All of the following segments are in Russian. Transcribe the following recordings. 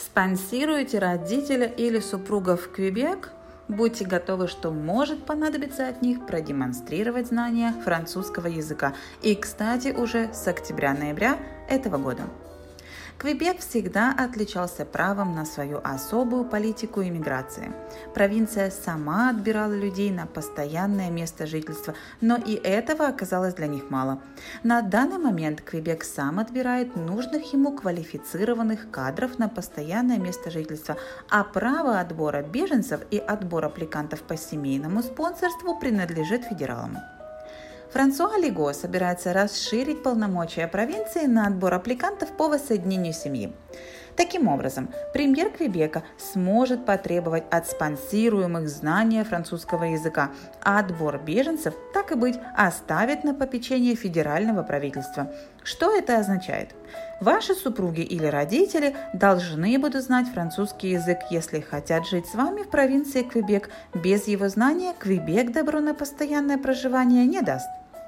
Спонсируете родителя или супруга в Квебек? Будьте готовы, что может понадобиться от них продемонстрировать знания французского языка. И, кстати, уже с октября-ноября этого года. Квебек всегда отличался правом на свою особую политику иммиграции. Провинция сама отбирала людей на постоянное место жительства, но и этого оказалось для них мало. На данный момент Квебек сам отбирает нужных ему квалифицированных кадров на постоянное место жительства, а право отбора беженцев и отбор аппликантов по семейному спонсорству принадлежит федералам. Франсуа Лего собирается расширить полномочия провинции на отбор аппликантов по воссоединению семьи. Таким образом, премьер Квебека сможет потребовать от спонсируемых знания французского языка, а отбор беженцев, так и быть, оставит на попечение федерального правительства. Что это означает? Ваши супруги или родители должны будут знать французский язык, если хотят жить с вами в провинции Квебек. Без его знания Квебек добро на постоянное проживание не даст.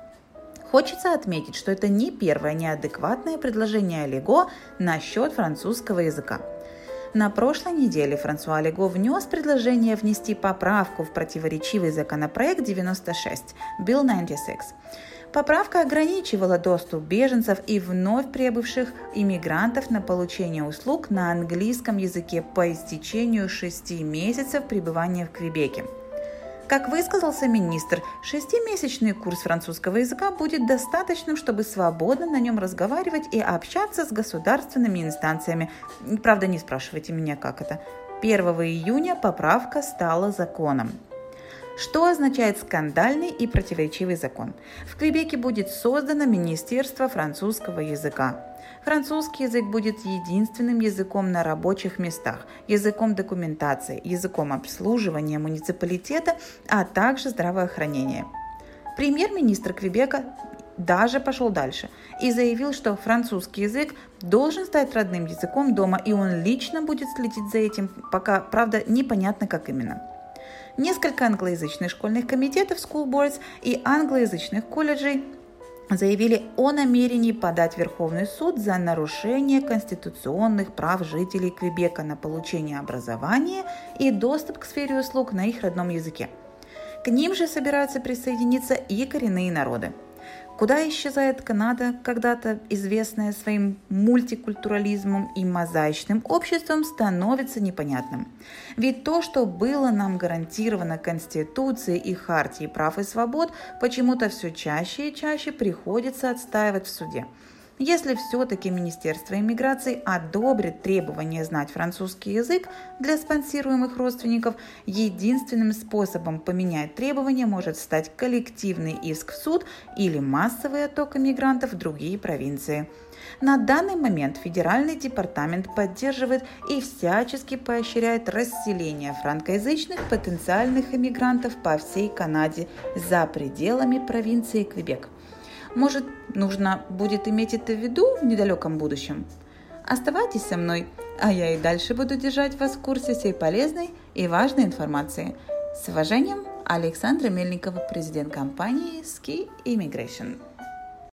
Хочется отметить, что это не первое неадекватное предложение Лего насчет французского языка. На прошлой неделе Франсуа Лего внес предложение внести поправку в противоречивый законопроект 96, Bill 96. Поправка ограничивала доступ беженцев и вновь прибывших иммигрантов на получение услуг на английском языке по истечению 6 месяцев пребывания в Квебеке. Как высказался министр, 6-месячный курс французского языка будет достаточным, чтобы свободно на нем разговаривать и общаться с государственными инстанциями. Правда, не спрашивайте меня, как это. 1 июня поправка стала законом. Что означает скандальный и противоречивый закон? В Квебеке будет создано Министерство французского языка. Французский язык будет единственным языком на рабочих местах, языком документации, языком обслуживания муниципалитета, а также здравоохранения. Премьер-министр Квебека даже пошел дальше и заявил, что французский язык должен стать родным языком дома, и он лично будет следить за этим, пока, правда, непонятно, как именно. Несколько англоязычных школьных комитетов School Boards и англоязычных колледжей заявили о намерении подать в Верховный суд за нарушение конституционных прав жителей Квебека на получение образования и доступ к сфере услуг на их родном языке. К ним же собираются присоединиться и коренные народы. Куда исчезает Канада, когда-то известная своим мультикультурализмом и мозаичным обществом, становится непонятным. Ведь то, что было нам гарантировано Конституцией и Хартией прав и свобод, почему-то все чаще и чаще приходится отстаивать в суде. Если все-таки Министерство иммиграции одобрит требование знать французский язык для спонсируемых родственников, единственным способом поменять требования может стать коллективный иск в суд или массовый отток иммигрантов в другие провинции. На данный момент Федеральный департамент поддерживает и всячески поощряет расселение франкоязычных потенциальных иммигрантов по всей Канаде за пределами провинции Квебек. Может, нужно будет иметь это в виду в недалеком будущем? Оставайтесь со мной, а я и дальше буду держать вас в курсе всей полезной и важной информации. С уважением, Александра Мельникова, президент компании Ski Immigration.